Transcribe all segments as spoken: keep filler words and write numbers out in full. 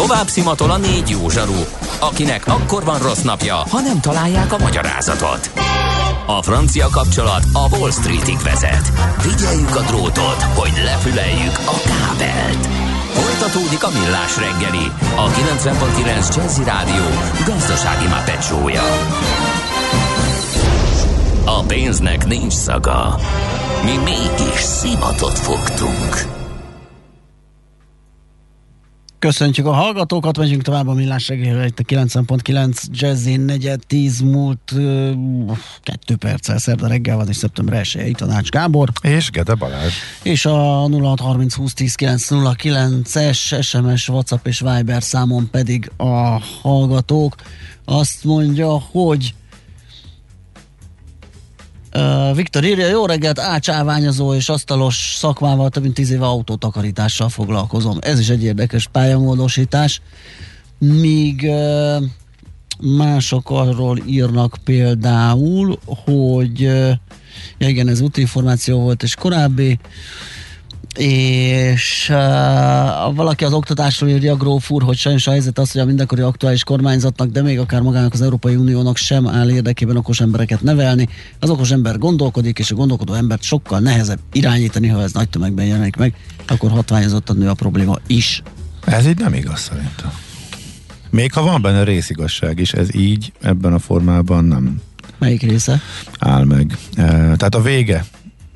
Tovább szimatol a négy jó zsaru, akinek akkor van rossz napja, ha nem találják a magyarázatot. A francia kapcsolat a Wall Streetig vezet. Figyeljük a drótot, hogy lefüleljük a kábelt. Folytatódik a Millás reggeli, a kilencven pont kilenc Jazzy Rádió gazdasági mápecsója. A pénznek nincs szaga. Mi mégis szimatot fogtunk. Köszöntjük a hallgatókat, megyünk tovább a Millás reggelivel, itt a kilencven pont kilenc Jazzy, negyed tíz múlt uh, kettő perccel, szerda reggel van, és szeptember elsője, itt a Nács Gábor. És Gede Balázs. És a nulla hat harminc húsz tíz kilenc nulla kilences es em es, WhatsApp és Viber számon pedig a hallgatók. Azt mondja, hogy Uh, Viktor írja, jó reggelt, ácsáványozó és asztalos szakmával több mint tíz éve autótakarítással foglalkozom. Ez is egy érdekes pályamódosítás. Míg uh, mások arról írnak például, hogy uh, ja igen, ez útinformáció volt és korábbi, és uh, valaki az oktatásról írja, Gróf úr, hogy sajnos a helyzet az, hogy a mindenkori aktuális kormányzatnak, de még akár magának az Európai Uniónak sem áll érdekében okos embereket nevelni. Az okos ember gondolkodik, és a gondolkodó embert sokkal nehezebb irányítani, ha ez nagy tömegben jelenik meg, akkor hatványozottan nő a probléma is. Ez így nem igaz szerintem. Még ha van benne részigazság is, ez így, ebben a formában nem. Melyik része? Áll meg. E, tehát a vége.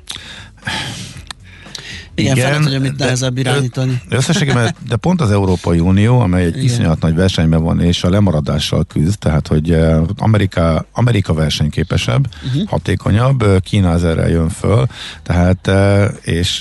Igen, igen, felett, hogy mit nehezebb irányítani. Összességében, de pont az Európai Unió, amely egy igen. iszonyat nagy versenyben van, és a lemaradással küzd, tehát, hogy Amerika, Amerika versenyképesebb, uh-huh. hatékonyabb, Kína ezerrel jön föl, tehát, és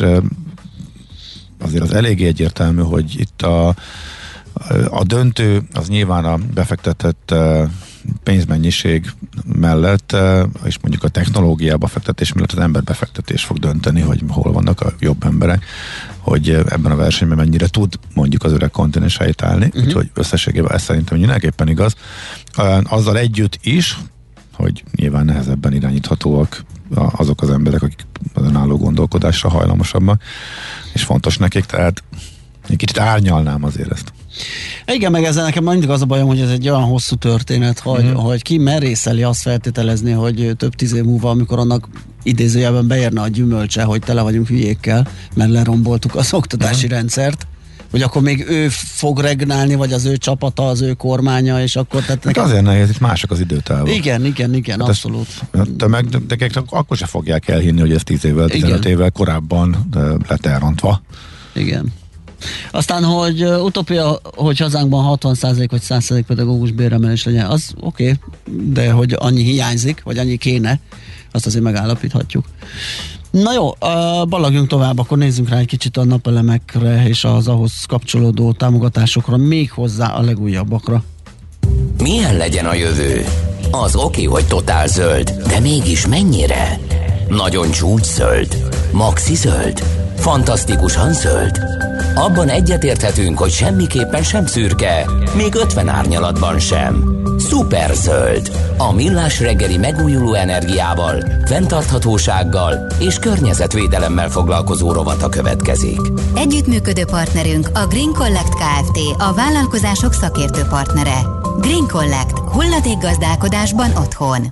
azért az eléggé egyértelmű, hogy itt a, a döntő, az nyilván a befektetett pénzmennyiség mellett, és mondjuk a technológiába fektetés mellett az emberbefektetés fog dönteni, hogy hol vannak a jobb emberek, hogy ebben a versenyben mennyire tud mondjuk az öreg kontinens helytállni, uh-huh. úgyhogy összességében ez szerintem mindenképpen igaz. Azzal együtt is, hogy nyilván nehezebben irányíthatóak azok az emberek, akik az önálló gondolkodásra hajlamosabbak, és fontos nekik, tehát egy kicsit árnyalnám azért ezt. Igen, meg ezzel nekem mindig az a bajom, hogy ez egy olyan hosszú történet, hogy, mm. hogy ki merészeli azt feltételezni, hogy több tíz év múlva, amikor annak idézőjelben beérne a gyümölcse, hogy tele vagyunk hülyékkel, mert leromboltuk az oktatási mm. rendszert, hogy akkor még ő fog regnálni, vagy az ő csapata, az ő kormánya, és akkor... Tehát nekem... Azért nehéz, itt mások az időtávok. Igen, igen, igen, hát abszolút. De meg de, de, de akkor se fogják elhinni, hogy ez tíz évvel, tizenöt évvel korábban lett elrontva. Igen. Aztán, hogy uh, utópia, hogy hazánkban hatvan százalék vagy száz százalék pedagógus béremelés legyen, az oké, okay, de hogy annyi hiányzik, vagy annyi kéne, azt azért megállapíthatjuk. Na jó, uh, ballagjunk tovább, akkor nézzünk rá egy kicsit a napelemekre és az ahhoz kapcsolódó támogatásokra, még hozzá a legújabbakra. Milyen legyen a jövő? Az oké, hogy totál zöld, de mégis mennyire? Nagyon csúcs zöld? Maxi zöld? Fantasztikusan zöld? Abban egyetérthetünk, hogy semmiképpen sem szürke, még ötven árnyalatban sem. Szuper zöld. A Millás reggeli megújuló energiával, fenntarthatósággal és környezetvédelemmel foglalkozó rovata következik. Együttműködő partnerünk a Green Collect Kft., a vállalkozások szakértő partnere. Green Collect. Hulladékgazdálkodásban otthon.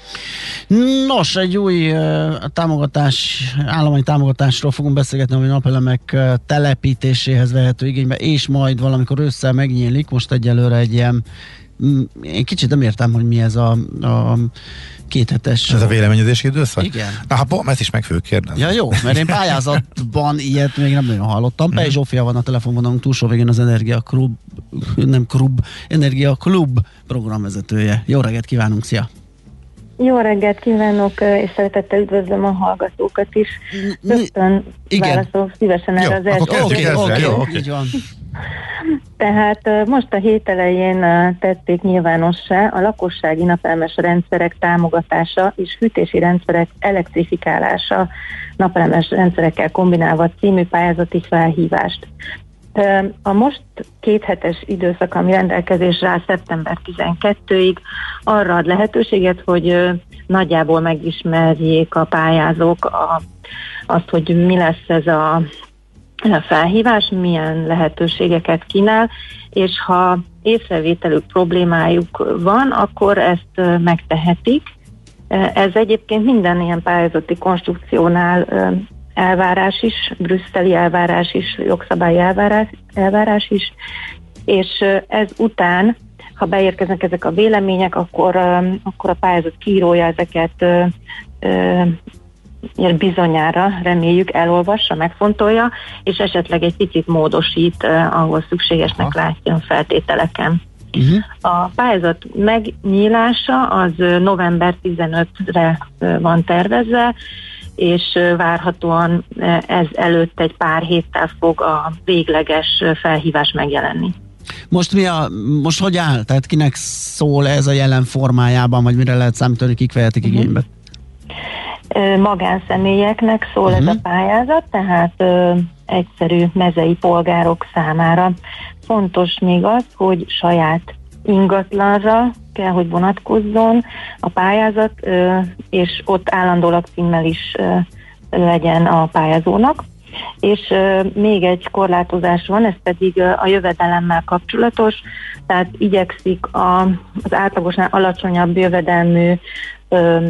Nos, egy új uh, támogatás, állami támogatásról fogunk beszélgetni, ami napelemek uh, telepítéséhez vehető igénybe, és majd valamikor ősszel megnyílik. Most egyelőre egy ilyen, mm, én kicsit nem értem, hogy mi ez a, a kéthetes... Ez a véleményezési időszak? Igen. Na, hát ezt is meg fogjuk kérdezni. Ja, jó, mert én pályázatban ilyet még nem nagyon hallottam. Pej Zsófia van a telefonvonalunk túlsó végén, az Energia Klub, nem Klub, Energia Klub programvezetője. Jó reggelt kívánunk, szia! Jó reggelt kívánok, és szeretettel üdvözlöm a hallgatókat is. Rögtön válaszolok szívesen erre az első. Oké, oké, oké, így van. Tehát most a hét elején tették nyilvánossá a lakossági napelemes rendszerek támogatása és fűtési rendszerek elektrifikálása napelemes rendszerekkel kombinálva című pályázati felhívást. A most kéthetes időszak, ami rendelkezésre áll szeptember tizenkettőig, arra ad lehetőséget, hogy nagyjából megismerjék a pályázók a, azt, hogy mi lesz ez a felhívás, milyen lehetőségeket kínál, és ha észrevételük, problémájuk van, akkor ezt megtehetik. Ez egyébként minden ilyen pályázati konstrukciónál elvárás is, brüsszeli elvárás is, jogszabályi elvárás, elvárás is, és ez után, ha beérkeznek ezek a vélemények, akkor, akkor a pályázat kiírója ezeket bizonyára, reméljük, elolvassa, megfontolja, és esetleg egy picit módosít, ahol szükségesnek Aha. látja a feltételeken. Uh-huh. A pályázat megnyílása az november tizenötödikére van tervezve, és várhatóan ez előtt egy pár héttel fog a végleges felhívás megjelenni. Most mi a, most hogy áll? Tehát kinek szól ez a jelen formájában, vagy mire lehet számítani, kik vehetik uh-huh. igénybe? Magánszemélyeknek szól uh-huh. ez a pályázat, tehát ö, egyszerű mezei polgárok számára. Fontos még az, hogy saját ingatlanra kell, hogy vonatkozzon a pályázat, ö, és ott állandó lakcímmel is ö, legyen a pályázónak. És ö, még egy korlátozás van, ez pedig ö, a jövedelemmel kapcsolatos, tehát igyekszik a, az átlagosnál alacsonyabb jövedelmű ö,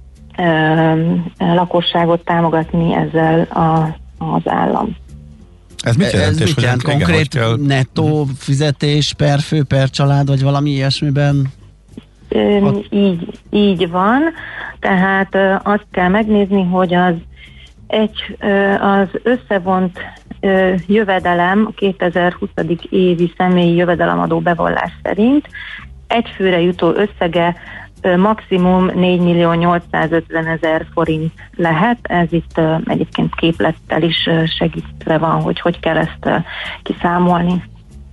lakosságot támogatni ezzel a, az állam. Ez mit jelent? Ez mit jelent? Konkrét kell... nettó fizetés per fő, per család, vagy valami ilyesmiben? Üm, így, így van, tehát azt kell megnézni, hogy az egy, az összevont jövedelem a kétezer-húsz. évi személyi jövedelemadó bevallás szerint egy főre jutó összege maximum négymillió nyolcszázötvenezer forint lehet. Ez itt uh, egyébként képlettel is uh, segítve van, hogy hogy kell ezt uh, kiszámolni.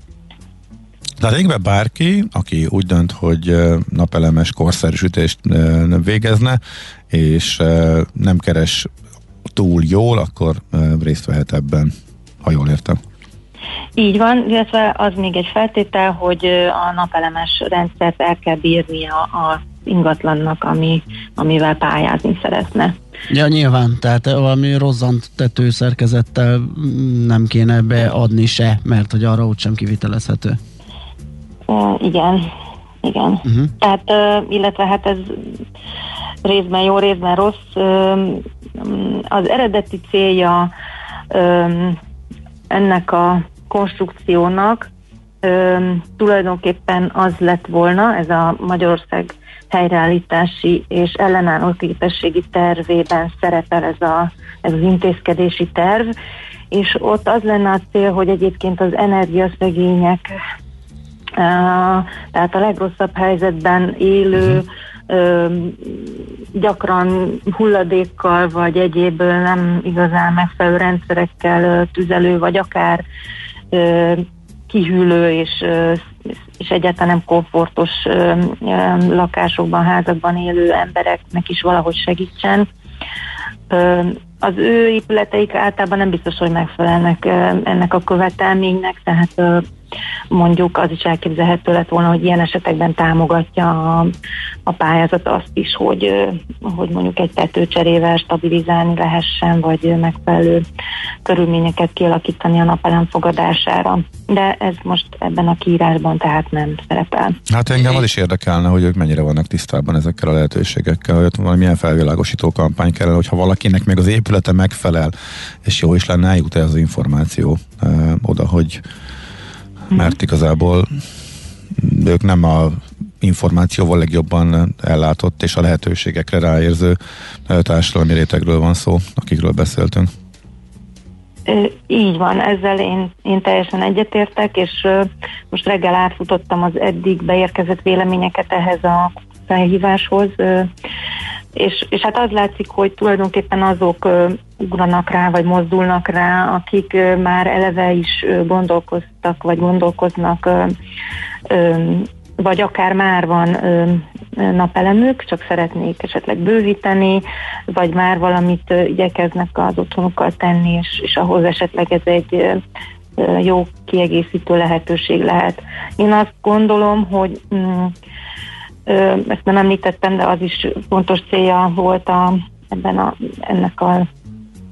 Tehát végben bárki, aki úgy dönt, hogy uh, napelemes korszerűsítést uh, végezne, és uh, nem keres túl jól, akkor uh, részt vehet ebben, ha jól értem. Így van, illetve az még egy feltétel, hogy a napelemes rendszert el kell bírnia a ingatlannak, ami, amivel pályázni szeretne. Ja, nyilván, tehát valami rozzant tetőszerkezettel nem kéne beadni se, mert hogy arra úgysem kivitelezhető. Uh, igen, igen. Uh-huh. Tehát, uh, illetve hát ez részben jó, részben rossz. Uh, az eredeti célja uh, ennek a konstrukciónak uh, tulajdonképpen az lett volna, ez a Magyarország helyreállítási és ellenálló képességi tervében szerepel ez, a, ez az intézkedési terv, és ott az lenne a cél, hogy egyébként az energiaszegények, uh, tehát a legrosszabb helyzetben élő, uh, gyakran hulladékkal vagy egyéb nem igazán megfelelő rendszerekkel tüzelő, vagy akár uh, kihűlő és, és egyáltalán nem komfortos lakásokban, házakban élő embereknek is valahogy segítsen. Az ő épületeik általában nem biztos, hogy megfelelnek ennek a követelménynek, tehát mondjuk az is elképzelhető lett volna, hogy ilyen esetekben támogatja a, a pályázat azt is, hogy, hogy mondjuk egy tetőcserével stabilizálni lehessen, vagy megfelelő körülményeket kialakítani a napelem fogadására. De ez most ebben a kiírásban tehát nem szerepel. Hát engem az is érdekelne, hogy ők mennyire vannak tisztában ezekkel a lehetőségekkel, hogy ott valamilyen felvilágosító kampány kell, hogyha valakinek még az épülete megfelel, és jó is lenne, eljut ez az információ eh, oda, hogy mert igazából ők nem a információval legjobban ellátott és a lehetőségekre ráérző társadalmi rétegről van szó, akikről beszéltünk. Így van, ezzel én, én teljesen egyetértek, és most reggel átfutottam az eddig beérkezett véleményeket ehhez a felhíváshoz, és, és hát az látszik, hogy tulajdonképpen azok uh, ugranak rá, vagy mozdulnak rá, akik uh, már eleve is uh, gondolkoztak, vagy gondolkoznak, uh, um, vagy akár már van uh, napelemük, csak szeretnék esetleg bővíteni, vagy már valamit uh, igyekeznek az otthonukkal tenni, és, és ahhoz esetleg ez egy uh, jó kiegészítő lehetőség lehet. Én azt gondolom, hogy um, ezt nem említettem, de az is fontos célja volt a, ebben a, ennek a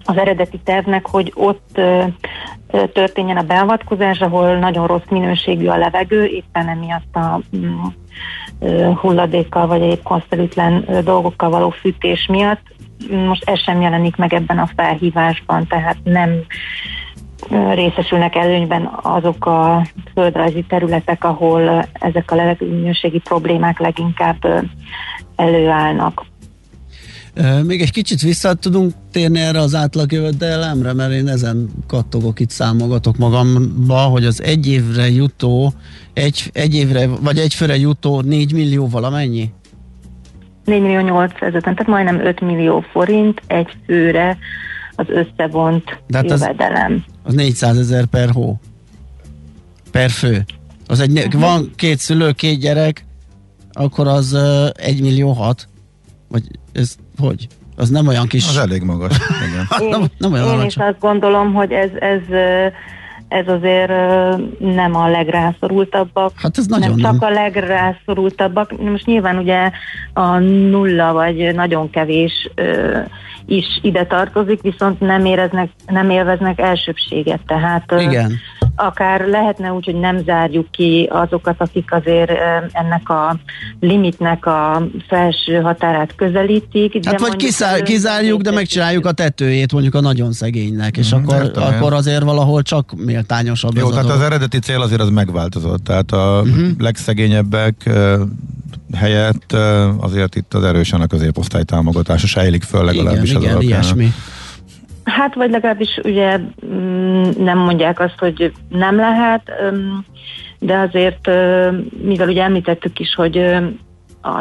az eredeti tervnek, hogy ott történjen a beavatkozás, ahol nagyon rossz minőségű a levegő, éppen emiatt a hulladékkal vagy épp konszerűtlen dolgokkal való fűtés miatt. Most ez sem jelenik meg ebben a felhívásban, tehát nem részesülnek előnyben azok a földrajzi területek, ahol ezek a levegőminőségi problémák leginkább előállnak. Még egy kicsit vissza tudunk térni erre az átlagjövedelemre, mert én ezen kattogok, itt számogatok magamba, hogy az egy évre jutó, egy, egy évre, vagy egyfőre jutó négy millió valamennyi? négy millió nyolcszázezer, tehát majdnem öt millió forint egy főre az összevont jövedelem. Az, az négyszázezer per hó. Per fő. Az egy, uh-huh. Van két szülő, két gyerek, akkor az uh, egy millió hat. Vagy ez hogy? Az nem olyan kis... Az elég magas. Igen. Én, nem, nem olyan én alacsony. is azt gondolom, hogy ez, ez, ez azért nem a legrászorultabbak. Hát ez nagyon nem. nem. Csak a legrászorultabbak. Most nyilván ugye a nulla vagy nagyon kevés is ide tartozik, viszont nem éreznek, nem élveznek elsőbséget. Tehát igen. Akár lehetne úgy, hogy nem zárjuk ki azokat, akik azért ennek a limitnek a felső határát közelítik. Hát vagy kiszár, kizárjuk, de megcsináljuk a tetőjét mondjuk a nagyon szegénynek, és mm, akkor, akkor azért valahol csak méltányosabb. Jó, ez tehát a az eredeti cél azért az megváltozott. Tehát a uh-huh. legszegényebbek uh, helyett uh, azért itt az erősen a középosztály támogatása se élik föl legalábbis igen, az igen, alapján. Ilyesmi. Hát, vagy legalábbis ugye nem mondják azt, hogy nem lehet, de azért, mivel ugye említettük is, hogy a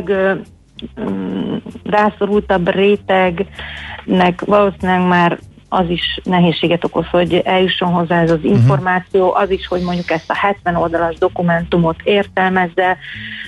legrászorultabb rétegnek valószínűleg már az is nehézséget okoz, hogy eljusson hozzá ez az információ, az is, hogy mondjuk ezt a hetven oldalas dokumentumot értelmezze,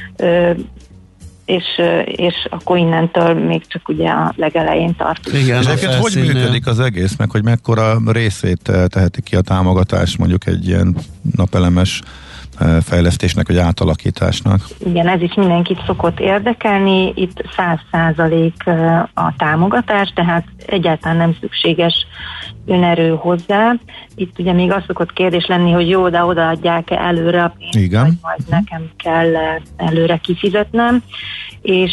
És, és akkor innentől még csak ugye a legelején tartunk. Igen, és egyébként hogy működik az egész, meg hogy mekkora részét teheti ki a támogatás mondjuk egy ilyen napelemes fejlesztésnek, vagy átalakításnak? Igen, ez is mindenkit szokott érdekelni, itt száz százalék a támogatás, tehát egyáltalán nem szükséges önerő hozzá. Itt ugye még az szokott kérdés lenni, hogy jó, de odaadják-e előre a pénzt, igen. vagy majd nekem kell előre kifizetnem, és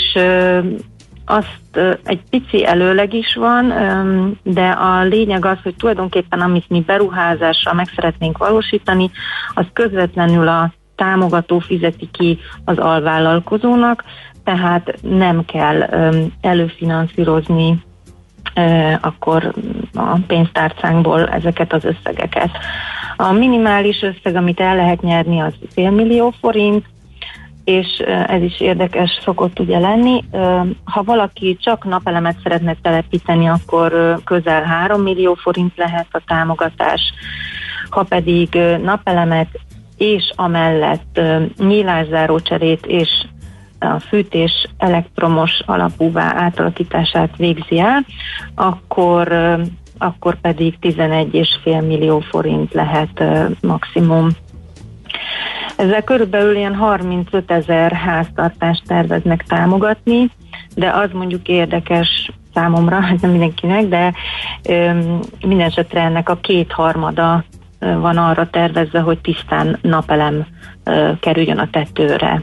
azt egy pici előleg is van, de a lényeg az, hogy tulajdonképpen amit mi beruházással meg szeretnénk valósítani, az közvetlenül a támogató fizeti ki az alvállalkozónak, tehát nem kell előfinanszírozni akkor a pénztárcánkból ezeket az összegeket. A minimális összeg, amit el lehet nyerni, az fél millió forint, és ez is érdekes szokott ugye lenni. Ha valaki csak napelemet szeretne telepíteni, akkor közel három millió forint lehet a támogatás. Ha pedig napelemet és amellett nyílászárócserét és a fűtés elektromos alapúvá átalakítását végzi el, akkor, akkor pedig tizenegy egész öt millió forint lehet maximum. Ezzel körülbelül ilyen harmincötezer háztartást terveznek támogatni, de az mondjuk érdekes számomra, ez nem mindenkinek, de öm, minden esetre ennek a kétharmada ö, van arra tervezve, hogy tisztán napelem ö, kerüljön a tetőre.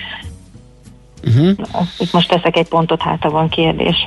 Uh-huh. Itt most teszek egy pontot, hát ha van kérdés.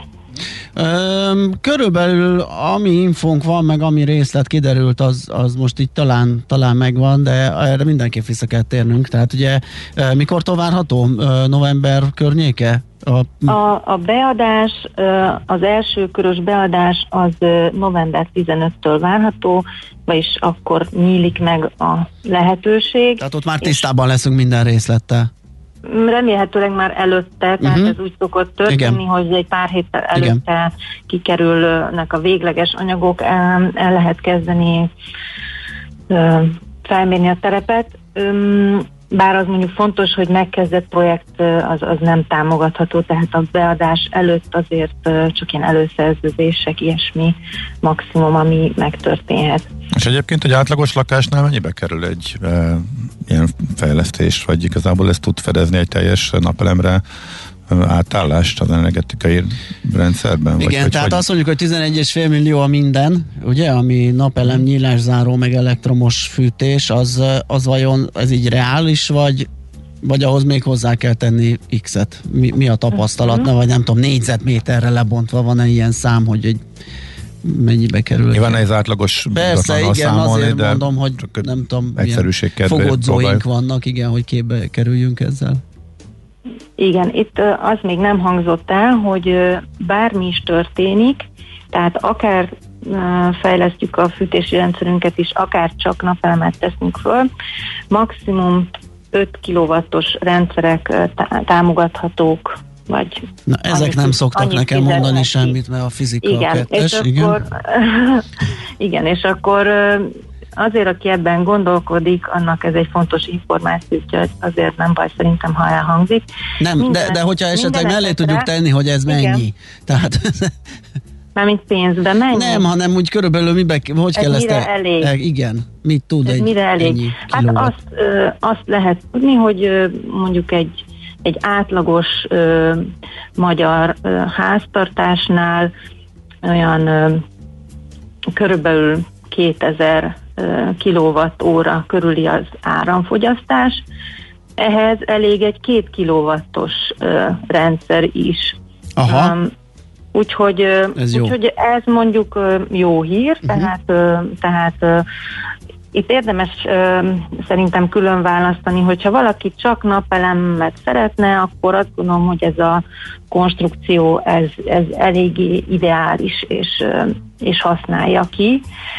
Öm, körülbelül ami infónk van, meg ami részlet kiderült, az, az most így talán, talán megvan, de erre mindenképp vissza kell térnünk. Tehát ugye mikortól várható? November környéke? A, a, a beadás, az első körös beadás az november tizenötödikétől várható, vagyis akkor nyílik meg a lehetőség. Tehát ott már tisztában leszünk minden részlettel. Remélhetőleg már előtte, tehát uh-huh. ez úgy szokott történni, igen. hogy egy pár héttel előtte igen. kikerülnek a végleges anyagok, el, el lehet kezdeni felmérni a terepet. Bár az mondjuk fontos, hogy megkezdett projekt az, az nem támogatható, tehát a beadás előtt azért csak ilyen előszerződések, ilyesmi maximum, ami megtörténhet. És egyébként egy átlagos lakásnál mennyibe kerül egy e, ilyen fejlesztés, vagy igazából ezt tud fedezni egy teljes napelemre átállást az energetikai rendszerben? Igen, vagy, tehát vagy... azt mondjuk, hogy tizenegy egész öt millió a minden, ugye, ami napelem, nyílászáró, meg elektromos fűtés, az, az vajon ez így reális, vagy, vagy ahhoz még hozzá kell tenni X-et? Mi, mi a tapasztalat? Uh-huh. Vagy nem tudom, négyzetméterre lebontva van-e ilyen szám, hogy egy mennyibe kerül? Nyilván ez átlagos persze, igen, számolni, azért de mondom, hogy nem tudom, egyszerűség kedvéért fogodzóink vannak, igen, hogy képbe kerüljünk ezzel. Igen, itt az még nem hangzott el, hogy bármi is történik, tehát akár fejlesztjük a fűtési rendszerünket is, akár csak napelemet teszünk föl, maximum öt kilowattos rendszerek támogathatók, vagy... Na, ezek nem szoktak nekem mondani neki semmit, mert a fizika igen, a kettes. És igen. Akkor, igen, és akkor azért, aki ebben gondolkodik, annak ez egy fontos információ, úgyhogy azért nem baj szerintem, ha elhangzik. Nem, minden, de, de hogyha esetleg mellé esetre, tudjuk tenni, hogy ez mennyi. Igen. Tehát... Mármint pénzbe mennyi? Nem, hanem úgy körülbelül mibe, hogy ez kell ezt... mire elég? E, igen, mit tud ez egy mire elég? ennyi Hát azt, ö, azt lehet tudni, hogy ö, mondjuk egy, egy átlagos ö, magyar ö, háztartásnál olyan ö, körülbelül kétezer kilowattóra körüli az áramfogyasztás. Ehhez elég egy két kilowattos uh, rendszer is. Aha. Um, úgyhogy, ez úgyhogy ez mondjuk uh, jó hír, uh-huh. tehát, uh, tehát uh, itt érdemes uh, szerintem külön választani, hogyha valaki csak napelemet szeretne, akkor azt gondolom, hogy ez a konstrukció ez, ez eléggé ideális, és, uh, és használja ki.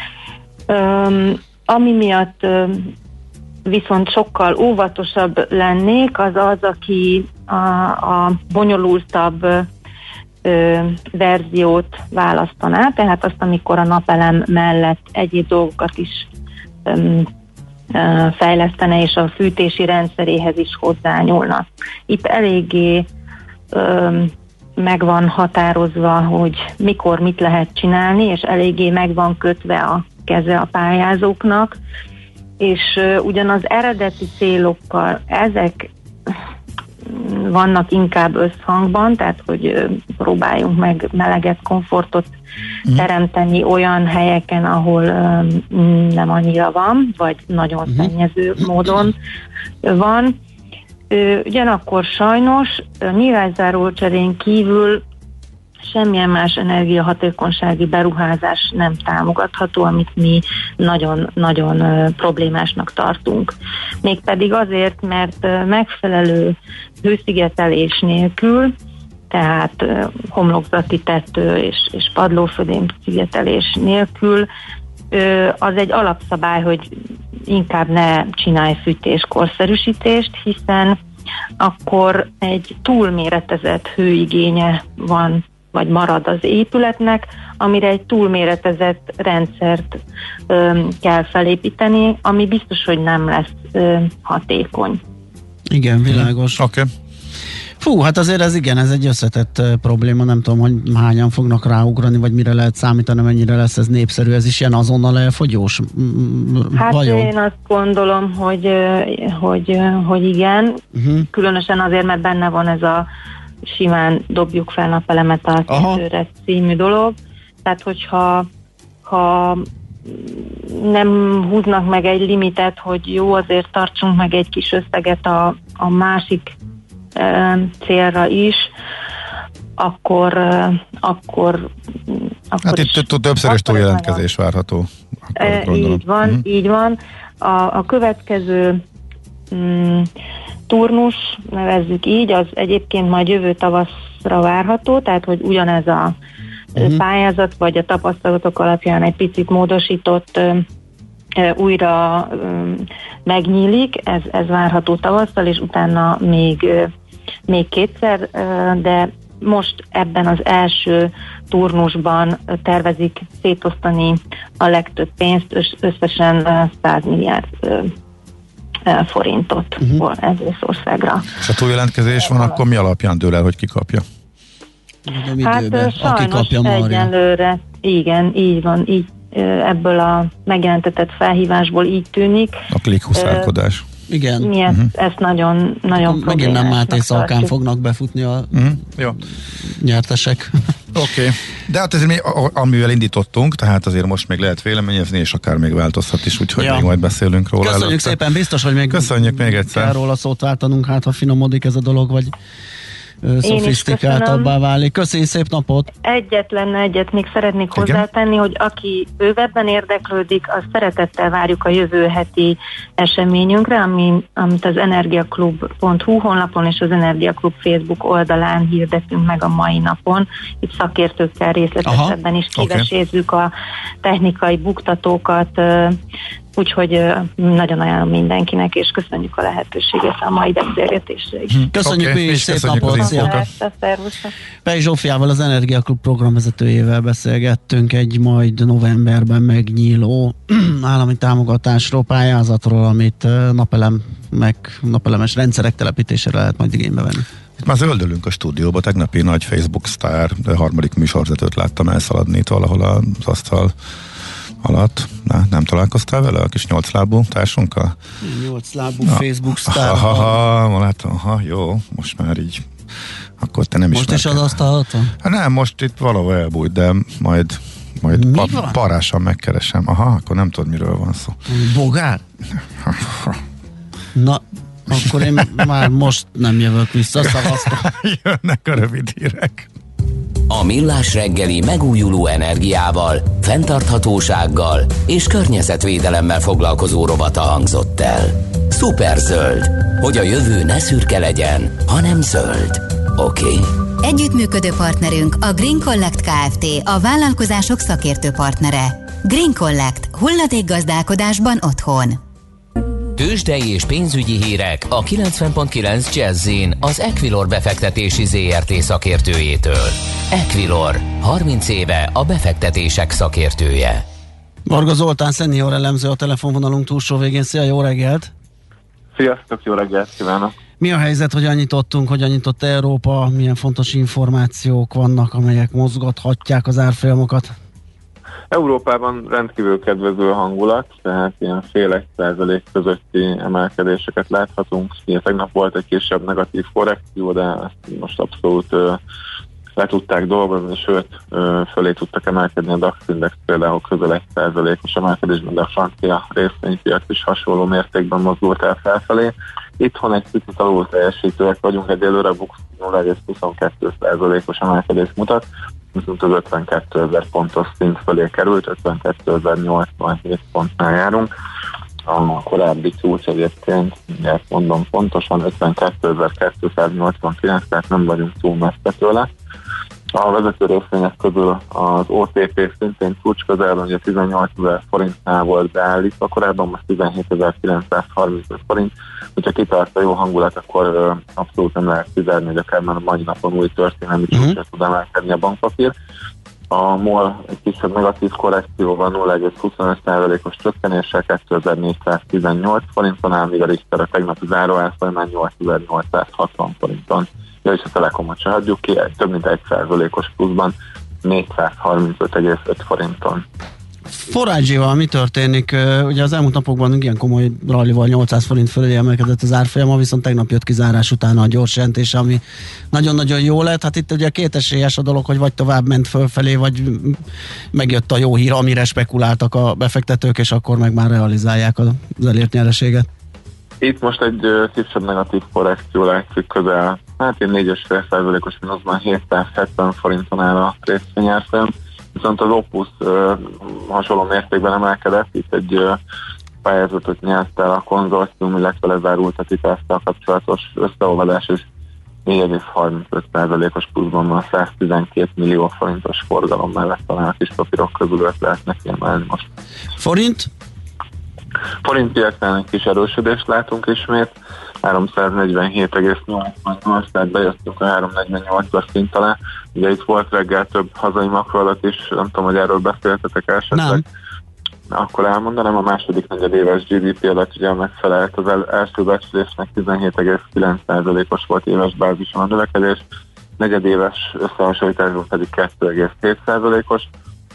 Um, ami miatt um, viszont sokkal óvatosabb lennék, az az, aki a, a bonyolultabb ö, verziót választaná, tehát azt, amikor a napelem mellett egyéb dolgokat is um, ö, fejlesztene, és a fűtési rendszeréhez is hozzányúlna. Itt eléggé ö, meg van határozva, hogy mikor mit lehet csinálni, és eléggé meg van kötve a keze a pályázóknak, és uh, ugyan az eredeti célokkal ezek vannak inkább összhangban, tehát hogy uh, próbáljunk meg meleget, komfortot uh-huh. teremteni olyan helyeken, ahol uh, nem annyira van, vagy nagyon uh-huh. szennyező módon van. Uh, ugyanakkor sajnos uh, nyílászáró cserén kívül semmilyen más energiahatékonysági beruházás nem támogatható, amit mi nagyon-nagyon uh, problémásnak tartunk. Mégpedig azért, mert uh, megfelelő hőszigetelés nélkül, tehát uh, homlokzati tető és, és padlófödém szigetelés nélkül uh, az egy alapszabály, hogy inkább ne csinálj fűtés-korszerűsítést, hiszen akkor egy túlméretezett hőigénye van, vagy marad az épületnek, amire egy túlméretezett rendszert ö, kell felépíteni, ami biztos, hogy nem lesz ö, hatékony. Igen, világos. Oké. Okay. Fú, hát azért ez igen, ez egy összetett uh, probléma, nem tudom, hogy hányan fognak ráugrani, vagy mire lehet számítani, mennyire lesz ez népszerű, ez is ilyen azonnal elfogyós? Hát vajon? Én azt gondolom, hogy, hogy, hogy igen, uh-huh. különösen azért, mert benne van ez a simán dobjuk fel napelemet a tetőre című dolog, tehát hogyha ha nem húznak meg egy limitet, hogy jó, azért tartsunk meg egy kis összeget a, a másik e, célra is, akkor akkor, akkor hát itt többszörös túljelentkezés várható. E, így van, uh-huh. így van. A, a következő mm, turnus, nevezzük így, az egyébként majd jövő tavaszra várható, tehát hogy ugyanez a uh-huh. pályázat, vagy a tapasztalatok alapján egy picit módosított ö, ö, újra ö, megnyílik, ez, ez várható tavasszal, és utána még, ö, még kétszer, ö, de most ebben az első turnusban tervezik szétosztani a legtöbb pénzt, összesen száz milliárd ö, forintot uh-huh. egész országra. És a túljelentkezés van, akkor mi alapján dől el, hogy ki kapja? Hát időben, sajnos egyenlőre, igen, így van, így ebből a megjelentetett felhívásból így tűnik. A klikhuszálkodás. Igen. Mi ezt, uh-huh. ezt nagyon, nagyon megint nem Máté Szalkán tartjuk. fognak befutni a uh-huh. Jó. nyertesek. Oké, okay. De hát ezért mi, amivel indítottunk, tehát azért most még lehet véleményezni, és akár még változhat is, úgyhogy ja. még majd beszélünk róla. Köszönjük előtte. szépen, biztos, hogy még, Köszönjük még egyszer. kell róla szót váltanunk, hát ha finomodik ez a dolog, vagy szofisztikáltabbá válik. Köszönjük, szép napot! Egyetlen egyet még szeretnék Igen? hozzátenni, hogy aki bővebben érdeklődik, azt szeretettel várjuk a jövő heti eseményünkre, ami, amit az energiaklub pont hu honlapon és az Energiaklub Facebook oldalán hirdetünk meg a mai napon. Itt szakértőkkel részletesebben is kivesézzük okay. a technikai buktatókat, úgyhogy nagyon ajánlom mindenkinek, és köszönjük a lehetőséget a mai beszélgetésre is. Köszönjük okay, mi is, szép napot! Pei Zsófiával, az Energiaklub programvezetőjével beszélgettünk egy majd novemberben megnyíló állami támogatásról, pályázatról, amit napelem, meg napelemes rendszerek telepítésére lehet majd igénybe venni. Itt már zöldölünk a stúdióba, tegnapi nagy Facebook sztár, de harmadik műsorvezetőt láttam elszaladni itt valahol az asztal alatt. Na, nem találkoztál vele a kis nyolclábú társunkkal? Nyolclábú Facebook sztár. Aha, aha, látom, aha, jó, most már így. Akkor te nem most is az asztalhatom? Hát nem, most itt valahol elbújt, de majd, majd pa- parásan megkeresem. Aha, akkor nem tudod, miről van szó. Bogár? Na, akkor én már most nem jövök vissza, szavaztam. Jönnek a rövid hírek. A Millás reggeli megújuló energiával, fenntarthatósággal és környezetvédelemmel foglalkozó rovata hangzott el. Szuperzöld, hogy a jövő ne szürke legyen, hanem zöld. Oké? Okay? Együttműködő partnerünk a Green Collect Kft. A vállalkozások szakértő partnere. Green Collect. Hulladékgazdálkodásban otthon. Tőzsdei és pénzügyi hírek a kilencven pont kilenc Jazz-in az Equilor befektetési zé er té szakértőjétől. Equilor, harminc éve a befektetések szakértője. Varga Zoltán, szenior elemző a telefonvonalunk túlsó végén. Szia, jó reggelt! Sziasztok, jó reggelt kívánok! Mi a helyzet, hogy nyitottunk, hogy nyitott Európa, milyen fontos információk vannak, amelyek mozgathatják az árfolyamokat? Európában rendkívül kedvező hangulat, tehát ilyen fél egy százalék közötti emelkedéseket láthatunk. Ilyen tegnap volt egy kisebb negatív korrekció, de ezt most abszolút ö, le tudták dolgozni, sőt ö, fölé tudtak emelkedni a DAX index, például közel egy százalékos emelkedésben, de a francia részvénypiac is hasonló mértékben mozdult el felfelé. Itthon egy picit alul teljesítőek vagyunk, egyelőre a Bux nulla egész huszonkettő százalékos emelkedés mutat, viszont az ötvenkétezer pontos szint fölé került, ötvenkétezer nyolcvanhét pontnál járunk. A korábbi csúcs egyébként, mindjárt mondom pontosan, ötvenkétezer kétszáznyolcvankilenc, tehát nem vagyunk túl messze tőle. A vezető részvények közül az o té pé szintén csúcs közelben, ugye tizennyolcezer forintnál volt beállítva, korábban most tizenhétezer-kilencszázharmincöt forint. Hogyha kitart a jó hangulat, akkor ö, abszolút nem lehet kizárni, hogy akár már a mai napon új történelmi csúcsra uh-huh. tud emelkedni a bankpapír. A MOL egy kisebb negatív korrekcióval nulla egész huszonöt százalékos csökkenéssel kétezer-négyszáztizennyolc forinton áll, míg a Richter a tegnapi záróárfolyamán nyolcezer-nyolcszázhatvan forinton. Ja, és a Telekomot se hagyjuk ki, egy több mint egy százalékos pluszban négyszázharmincöt egész öt forinton. Forágyival mi történik? Ugye az elmúlt napokban ilyen komoly rallival nyolcszáz forint fölé emelkedett az árfolyama, viszont tegnap jött kizárás utána a gyors jelentés, ami nagyon-nagyon jó lett. Hát itt ugye kétesélyes a dolog, hogy vagy tovább ment fölfelé, vagy megjött a jó hír, amire spekuláltak a befektetők, és akkor meg már realizálják az elért nyereséget. Itt most egy uh, kisebb negatív korrekció látszik közel, hát én négy egész öt százalékos mínuszban hétszázhetven forinton áll a részvényárfolyam, viszont az Opus uh, hasonló mértékben emelkedett, itt egy uh, pályázatot nyert el a konzorcium, illetve lezárult a titáztal kapcsolatos összeolvadás, és négy egész harmincöt százalékos pluszban van, száztizenkét millió forintos forgalom mellett talán a kis papírok közül öt lehetnek kiemelni most. Forint? Forint piacán egy kis erősödést látunk ismét, háromszáznegyvenhét egész nyolcvannyolc, tehát bejöttünk a háromszáznegyvennyolcas szint alá. Ugye itt volt reggel több hazai makroadat is, nem tudom, hogy erről beszéltetek esetleg. Nem. Akkor elmondanám, a második negyedéves gé dé pé adat ugye megfelelt az el, első becslésnek, tizenhét egész kilenc százalékos volt éves bázison a növekedés, negyedéves összehasonlításban pedig kettő egész hét százalékos.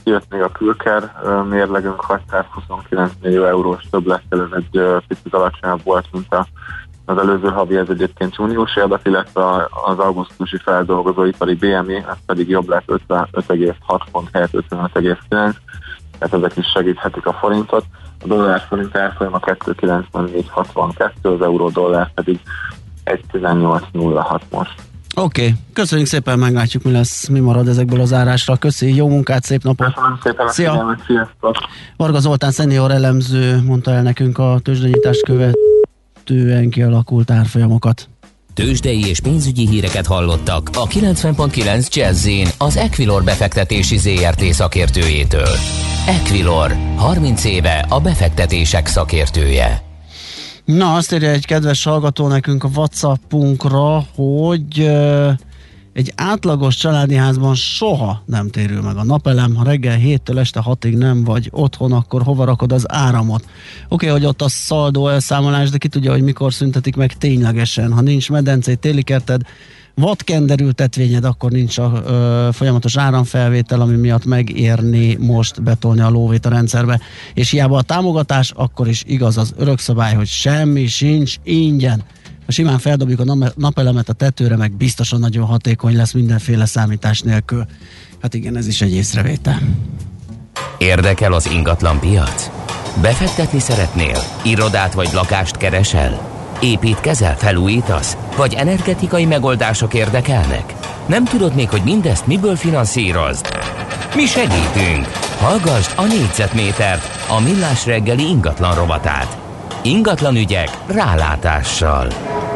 kijött még a külker mérlegünk, hatszázhuszonkilenc millió eurós többlettel, ez egy picit alacsonyabb volt, mint a, az előző havi, ez egyébként júniusi adat, illetve az augusztusi feldolgozóipari bé em i, ez pedig jobb lett ötvenöt egész hat pont helyett ötvenöt egész kilenc, tehát ezek is segíthetik a forintot. A dollár forint árfolyam a kettő kilencvennégy hatvankettő, az euró dollár pedig egy tizennyolc nulla hat most. Oké, okay. Köszönjük szépen, meglátjuk, mi lesz, mi marad ezekből az árásra. Köszi, jó munkát, szép napot! Köszönöm szépen, szia! Figyelmet, sziasztok! Varga Zoltán szenior elemző mondta el nekünk a tőzsdenyítást követően kialakult árfolyamokat. Tőzsdei és pénzügyi híreket hallottak a kilencven pont kilenc Jazz-in az Equilor befektetési zé er té szakértőjétől. Equilor, harminc éve a befektetések szakértője. Na, azt írja egy kedves hallgató nekünk a WhatsAppunkra, hogy uh, egy átlagos családi házban soha nem térül meg a napelem, ha reggel héttől este hatig nem vagy otthon, akkor hova rakod az áramot? Oké, okay, hogy ott a szaldó elszámolás, de ki tudja, hogy mikor szüntetik meg ténylegesen. Ha nincs medencé, télikerted, vadkenderültetvényed, akkor nincs a ö, folyamatos áramfelvétel, ami miatt megérni most betolni a lóvét a rendszerbe. És hiába a támogatás, akkor is igaz az örökszabály, hogy semmi sincs ingyen. Ha simán feldobjuk a napelemet a tetőre, meg biztosan nagyon hatékony lesz mindenféle számítás nélkül. Hát igen, ez is egy észrevétel. Érdekel az ingatlan piac? Befektetni szeretnél? Irodát vagy lakást keresel? Építkezel, felújítasz? Vagy energetikai megoldások érdekelnek? Nem tudod még, hogy mindezt miből finanszírozd? Mi segítünk! Hallgasd a négyzetmétert, a Millás reggeli ingatlan rovatát. Ingatlan ügyek rálátással.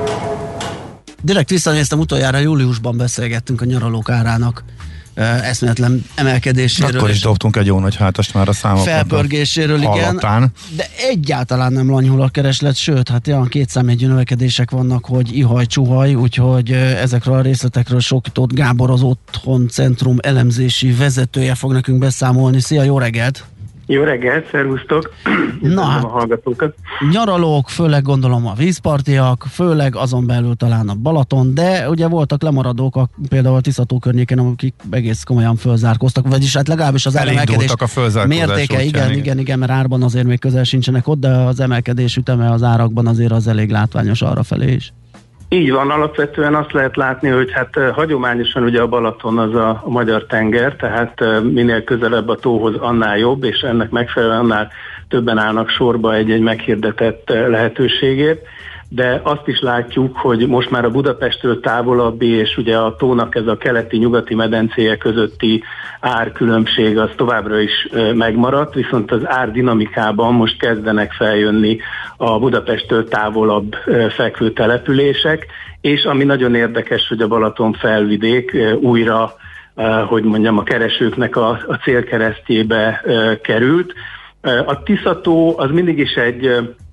Direkt visszanéztem, utoljára júliusban beszélgettünk a nyaralók árának eszméletlen emelkedéséről. Akkor is dobtunk egy jó nagy hátast már a számok felpörgéséről, igen. De egyáltalán nem lanyhul a kereslet, sőt, hát olyan kétszámjegyű növekedések vannak, hogy ihaj-csuhaj, úgyhogy ezekről a részletekről Sok Tóth Gábor, az Otthon Centrum elemzési vezetője fog nekünk beszámolni. Szia, jó reggelt! Jó reggelt, szervusztok! Na, hát, a hallgatókat. Nyaralók, főleg gondolom a vízpartiak, főleg azon belül talán a Balaton, de ugye voltak lemaradók, a, például a Tiszató környéken, akik egész komolyan fölzárkóztak, vagyis hát legalábbis az emelkedés mértéke, igen, igen, igen, igen, mert árban azért még közel sincsenek ott, de az emelkedés üteme az árakban azért az elég látványos arrafelé is. Így van, alapvetően azt lehet látni, hogy hát hagyományosan ugye a Balaton az a, a magyar tenger, tehát minél közelebb a tóhoz, annál jobb, és ennek megfelelően annál többen állnak sorba egy-egy meghirdetett lehetőségért. De azt is látjuk, hogy most már a Budapesttől távolabbi, és ugye a tónak ez a keleti-nyugati medencéje közötti árkülönbség az továbbra is megmaradt, viszont az árdinamikában most kezdenek feljönni a Budapesttől távolabb fekvő települések, és ami nagyon érdekes, hogy a Balaton felvidék újra, hogy mondjam, a keresőknek a, a célkeresztjébe került. A Tiszató az mindig is egy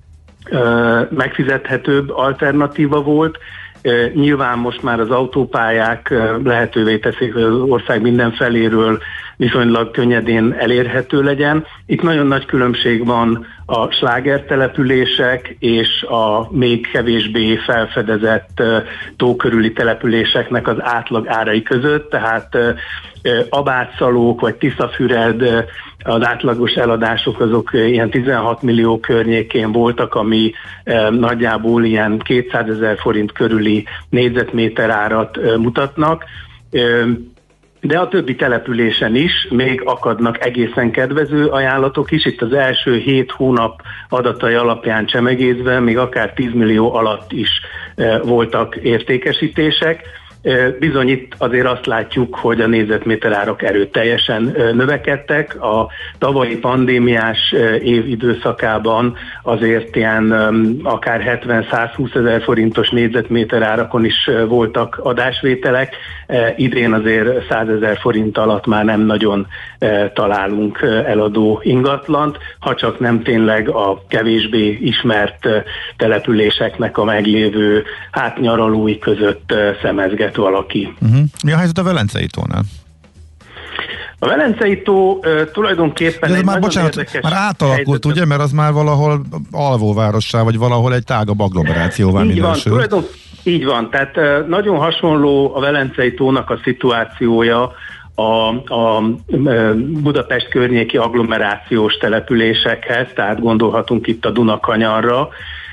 megfizethetőbb alternatíva volt. Nyilván most már az autópályák lehetővé teszik, hogy az ország minden feléről viszonylag könnyedén elérhető legyen. Itt nagyon nagy különbség van a slágertelepülések és a még kevésbé felfedezett tókörüli településeknek az átlag árai között, tehát Abátszalók vagy Tiszafüred, az átlagos eladások azok ilyen tizenhat millió környékén voltak, ami nagyjából ilyen kétszázezer forint körüli négyzetméter árat mutatnak. De a többi településen is még akadnak egészen kedvező ajánlatok is. Itt az első hét hónap adatai alapján csemegézve még akár tíz millió alatt is voltak értékesítések. Bizony itt azért azt látjuk, hogy a négyzetméter árak erőteljesen növekedtek. A tavalyi pandémiás év időszakában azért ilyen akár hetven-százhúsz ezer forintos négyzetméter árakon is voltak adásvételek. Idén azért százezer forint alatt már nem nagyon találunk eladó ingatlant, ha csak nem tényleg a kevésbé ismert településeknek a meglévő hátnyaralói között szemezget valaki. Uh-huh. Mi a helyzet a Velencei tónál? A Velencei tó uh, tulajdonképpen... De ez már, bocsánat, már átalakult, helyzet, ugye? Mert az már valahol alvóvárossá, vagy valahol egy tágabb agglomerációvá minősül. Van, tulajdon, így van, tehát uh, nagyon hasonló a Velencei tónak a szituációja a, a Budapest környéki agglomerációs településekhez, tehát gondolhatunk itt a Dunakanyarra,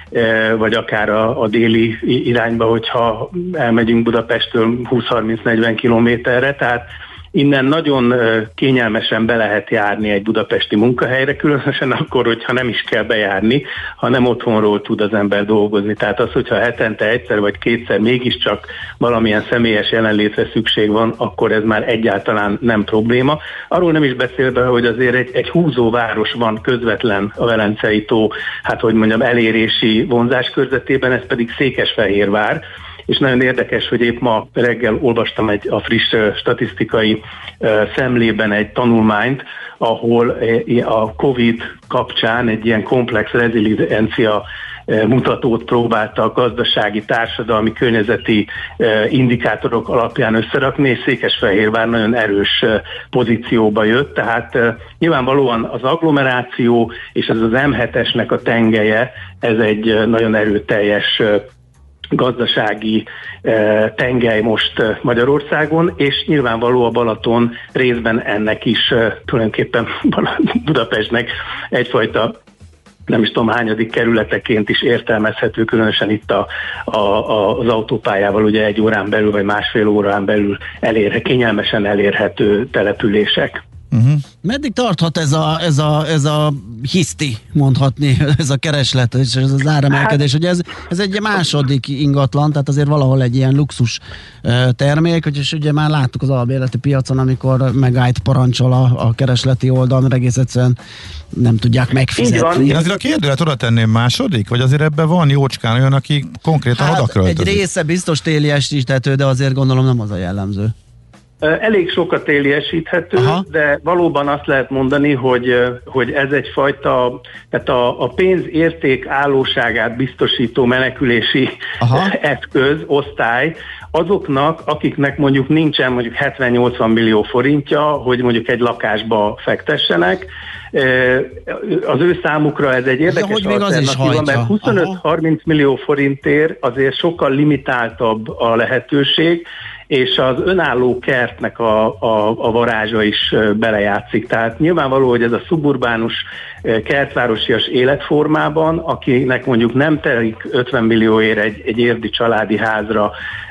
vagy akár a, a déli irányba, hogyha elmegyünk Budapesttől húsz-harminc-negyven kilométerre, tehát innen nagyon kényelmesen be lehet járni egy budapesti munkahelyre, különösen akkor, hogyha nem is kell bejárni, hanem otthonról tud az ember dolgozni. Tehát az, hogyha hetente egyszer vagy kétszer mégiscsak valamilyen személyes jelenlétre szükség van, akkor ez már egyáltalán nem probléma. Arról nem is beszélve, hogy azért egy, egy húzóváros van közvetlen a Velencei tó, hát hogy mondjam, elérési vonzás körzetében, ez pedig Székesfehérvár, és nagyon érdekes, hogy épp ma reggel olvastam egy a friss uh, statisztikai uh, szemlében egy tanulmányt, ahol uh, a Covid kapcsán egy ilyen komplex reziliencia uh, mutatót próbálta a gazdasági, társadalmi, környezeti uh, indikátorok alapján összerakni, és Székesfehérvár nagyon erős uh, pozícióba jött, tehát uh, nyilvánvalóan az agglomeráció és ez az em hetesnek a tengelye, ez egy uh, nagyon erőteljes uh, gazdasági eh, tengely most eh, Magyarországon, és nyilvánvaló a Balaton részben ennek is eh, tulajdonképpen Budapestnek egyfajta, nem is tudom hányadik kerületeként is értelmezhető, különösen itt a, a, a, az autópályával ugye egy órán belül, vagy másfél órán belül elérhe, kényelmesen elérhető települések. Uh-huh. Meddig tarthat ez a, ez a, ez a hiszti, mondhatni, ez a kereslet, és ez az áremelkedés, hát, hogy ez, ez egy második ingatlan, tehát azért valahol egy ilyen luxus termék, és ugye már láttuk az albérleti piacon, amikor megállt parancsol a, a keresleti oldalon, egész egyszerűen nem tudják megfizetni. Én azért a kérdőlet oda tenném második, vagy azért ebben van jócskán olyan, aki konkrétan hát oda költözik? Egy része biztos téliesíthető, de azért gondolom nem az a jellemző. Elég sokat téliesíthető, aha, de valóban azt lehet mondani, hogy, hogy ez egyfajta, tehát a, a pénz érték állóságát biztosító menekülési aha, eszköz, osztály, azoknak, akiknek mondjuk nincsen mondjuk hetven-nyolcvan millió forintja, hogy mondjuk egy lakásba fektessenek, az ő számukra ez egy érdekes alternatíva, mert huszonöt-harminc millió forintért azért sokkal limitáltabb a lehetőség, és az önálló kertnek a, a, a varázsa is belejátszik. Tehát nyilvánvaló, hogy ez a szuburbánus kertvárosias életformában, akinek mondjuk nem telik ötven millióért egy, egy érdi családi házra,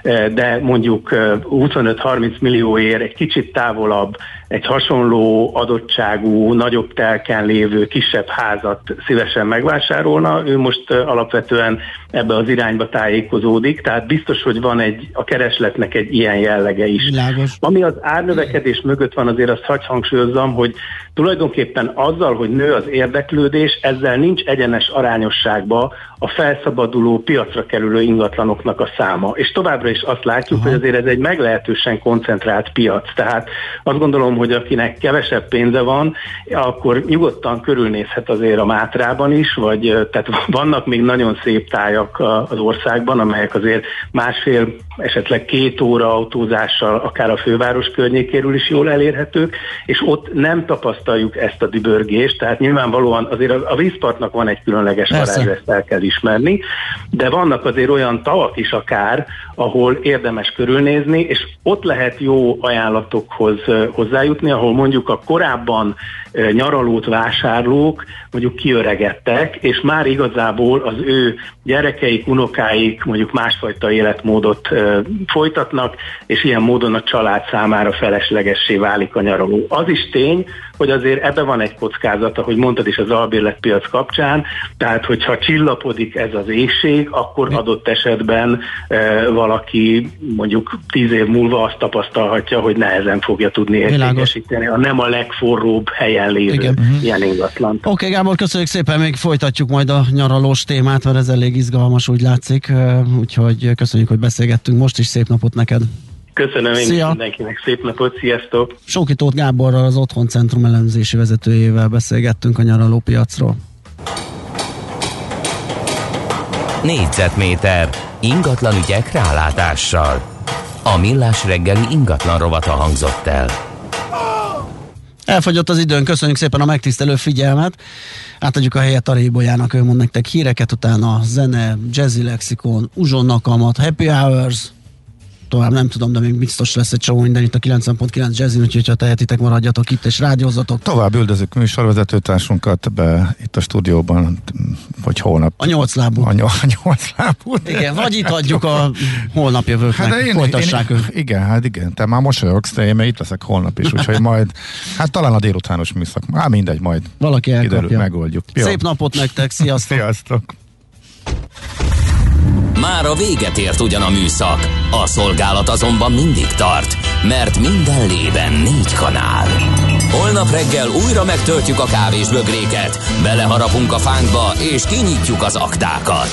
de mondjuk huszonöt-harminc millióért egy kicsit távolabb, egy hasonló adottságú, nagyobb telken lévő, kisebb házat szívesen megvásárolna, ő most alapvetően ebbe az irányba tájékozódik, tehát biztos, hogy van egy, a keresletnek egy ilyen jellege is. Világos. Ami az árnövekedés mögött van, azért azt hagy hangsúlyozzam, hogy tulajdonképpen azzal, hogy nő az érdeklődés, ezzel nincs egyenes arányosságba a felszabaduló, piacra kerülő ingatlanoknak a száma. És továbbra is azt látjuk, aha, hogy azért ez egy meglehetősen koncentrált piac. Tehát azt gondolom, hogy akinek kevesebb pénze van, akkor nyugodtan körülnézhet azért a Mátrában is, vagy tehát vannak még nagyon szép tájak az országban, amelyek azért másfél, esetleg két óra autózással, akár a főváros környékéről is jól elérhetők, és ott nem tapasztaljuk ezt a dübörgést, tehát nyilvánvalóan azért a, a vízpartnak van egy különleges varázsa, ezt el kell ismerni, de vannak azért olyan tavak is akár, ahol érdemes körülnézni, és ott lehet jó ajánlatokhoz hozzájutni, ahol mondjuk a korábban nyaralót vásárlók mondjuk kiöregedtek, és már igazából az ő gyerekeik, unokáik mondjuk másfajta életmódot uh, folytatnak, és ilyen módon a család számára feleslegessé válik a nyaraló. Az is tény, hogy azért ebbe van egy kockázata, hogy mondtad is az albérletpiac kapcsán, tehát hogyha csillapodik ez az éhség, akkor adott esetben uh, valaki mondjuk tíz év múlva azt tapasztalhatja, hogy nehezen fogja tudni értékesíteni, a nem a legforróbb helyen lévő igen, ilyen ingatlant. Oké, okay, Gábor, köszönjük szépen, még folytatjuk majd a nyaralós témát, mert ez elég izgalmas, úgy látszik, úgyhogy köszönjük, hogy beszélgettünk most is, szép napot neked! Köszönöm én is mindenkinek, szép napot, sziasztok! Sóki Tóth Gáborral, az Otthon Centrum elemzési vezetőjével beszélgettünk a nyaralópiacról. Négyzetméter ingatlan ügyek rálátással. A Millás reggeli ingatlan rovata hangzott el. Elfogyott az időn, köszönjük szépen a megtisztelő figyelmet. Átadjuk a helyet Arai Bolyának, ő mond nektek híreket, utána zene, jazzy lexikon, uzsonnakamat, happy hours. tovább nem tudom, de még biztos lesz egy csomó minden itt a kilencven pont kilenc Jazzin, úgyhogy ha tehetitek, maradjatok itt és rádiózatok. Tovább üldözünk műsorvezetőtársunkat be itt a stúdióban, vagy holnap. A nyolc lábú. A, nyol, a nyolc lábú. Igen, vagy itt adjuk a holnap jövőknek, hát folytassák ők. Igen, hát igen, te már mosolyogsz, de én még itt leszek holnap is, úgyhogy majd, hát talán a délutános műszak, hát mindegy, majd valaki elkapja. Kiderül, megoldjuk. Jó. Szép napot nektek, sziasztok! Sziasztok! Már a véget ért ugyan a műszak, a szolgálat azonban mindig tart, mert minden lében négy kanál. Holnap reggel újra megtöltjük a kávésbögréket, beleharapunk a fánkba és kinyitjuk az aktákat.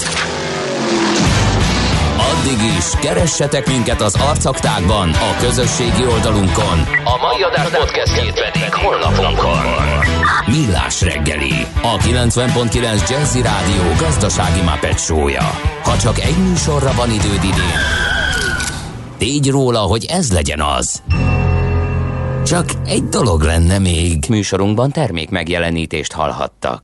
Addig is keressetek minket az arcaktákban, a közösségi oldalunkon. A mai adás podcastjét pedig holnapunkon. Millás reggeli, a kilencven pont kilenc Jazzy Rádió gazdasági Muppet show-ja. Ha csak egy műsorra van időd idén, tégy róla, hogy ez legyen az. Csak egy dolog lenne még. Műsorunkban termék megjelenítést hallhattak.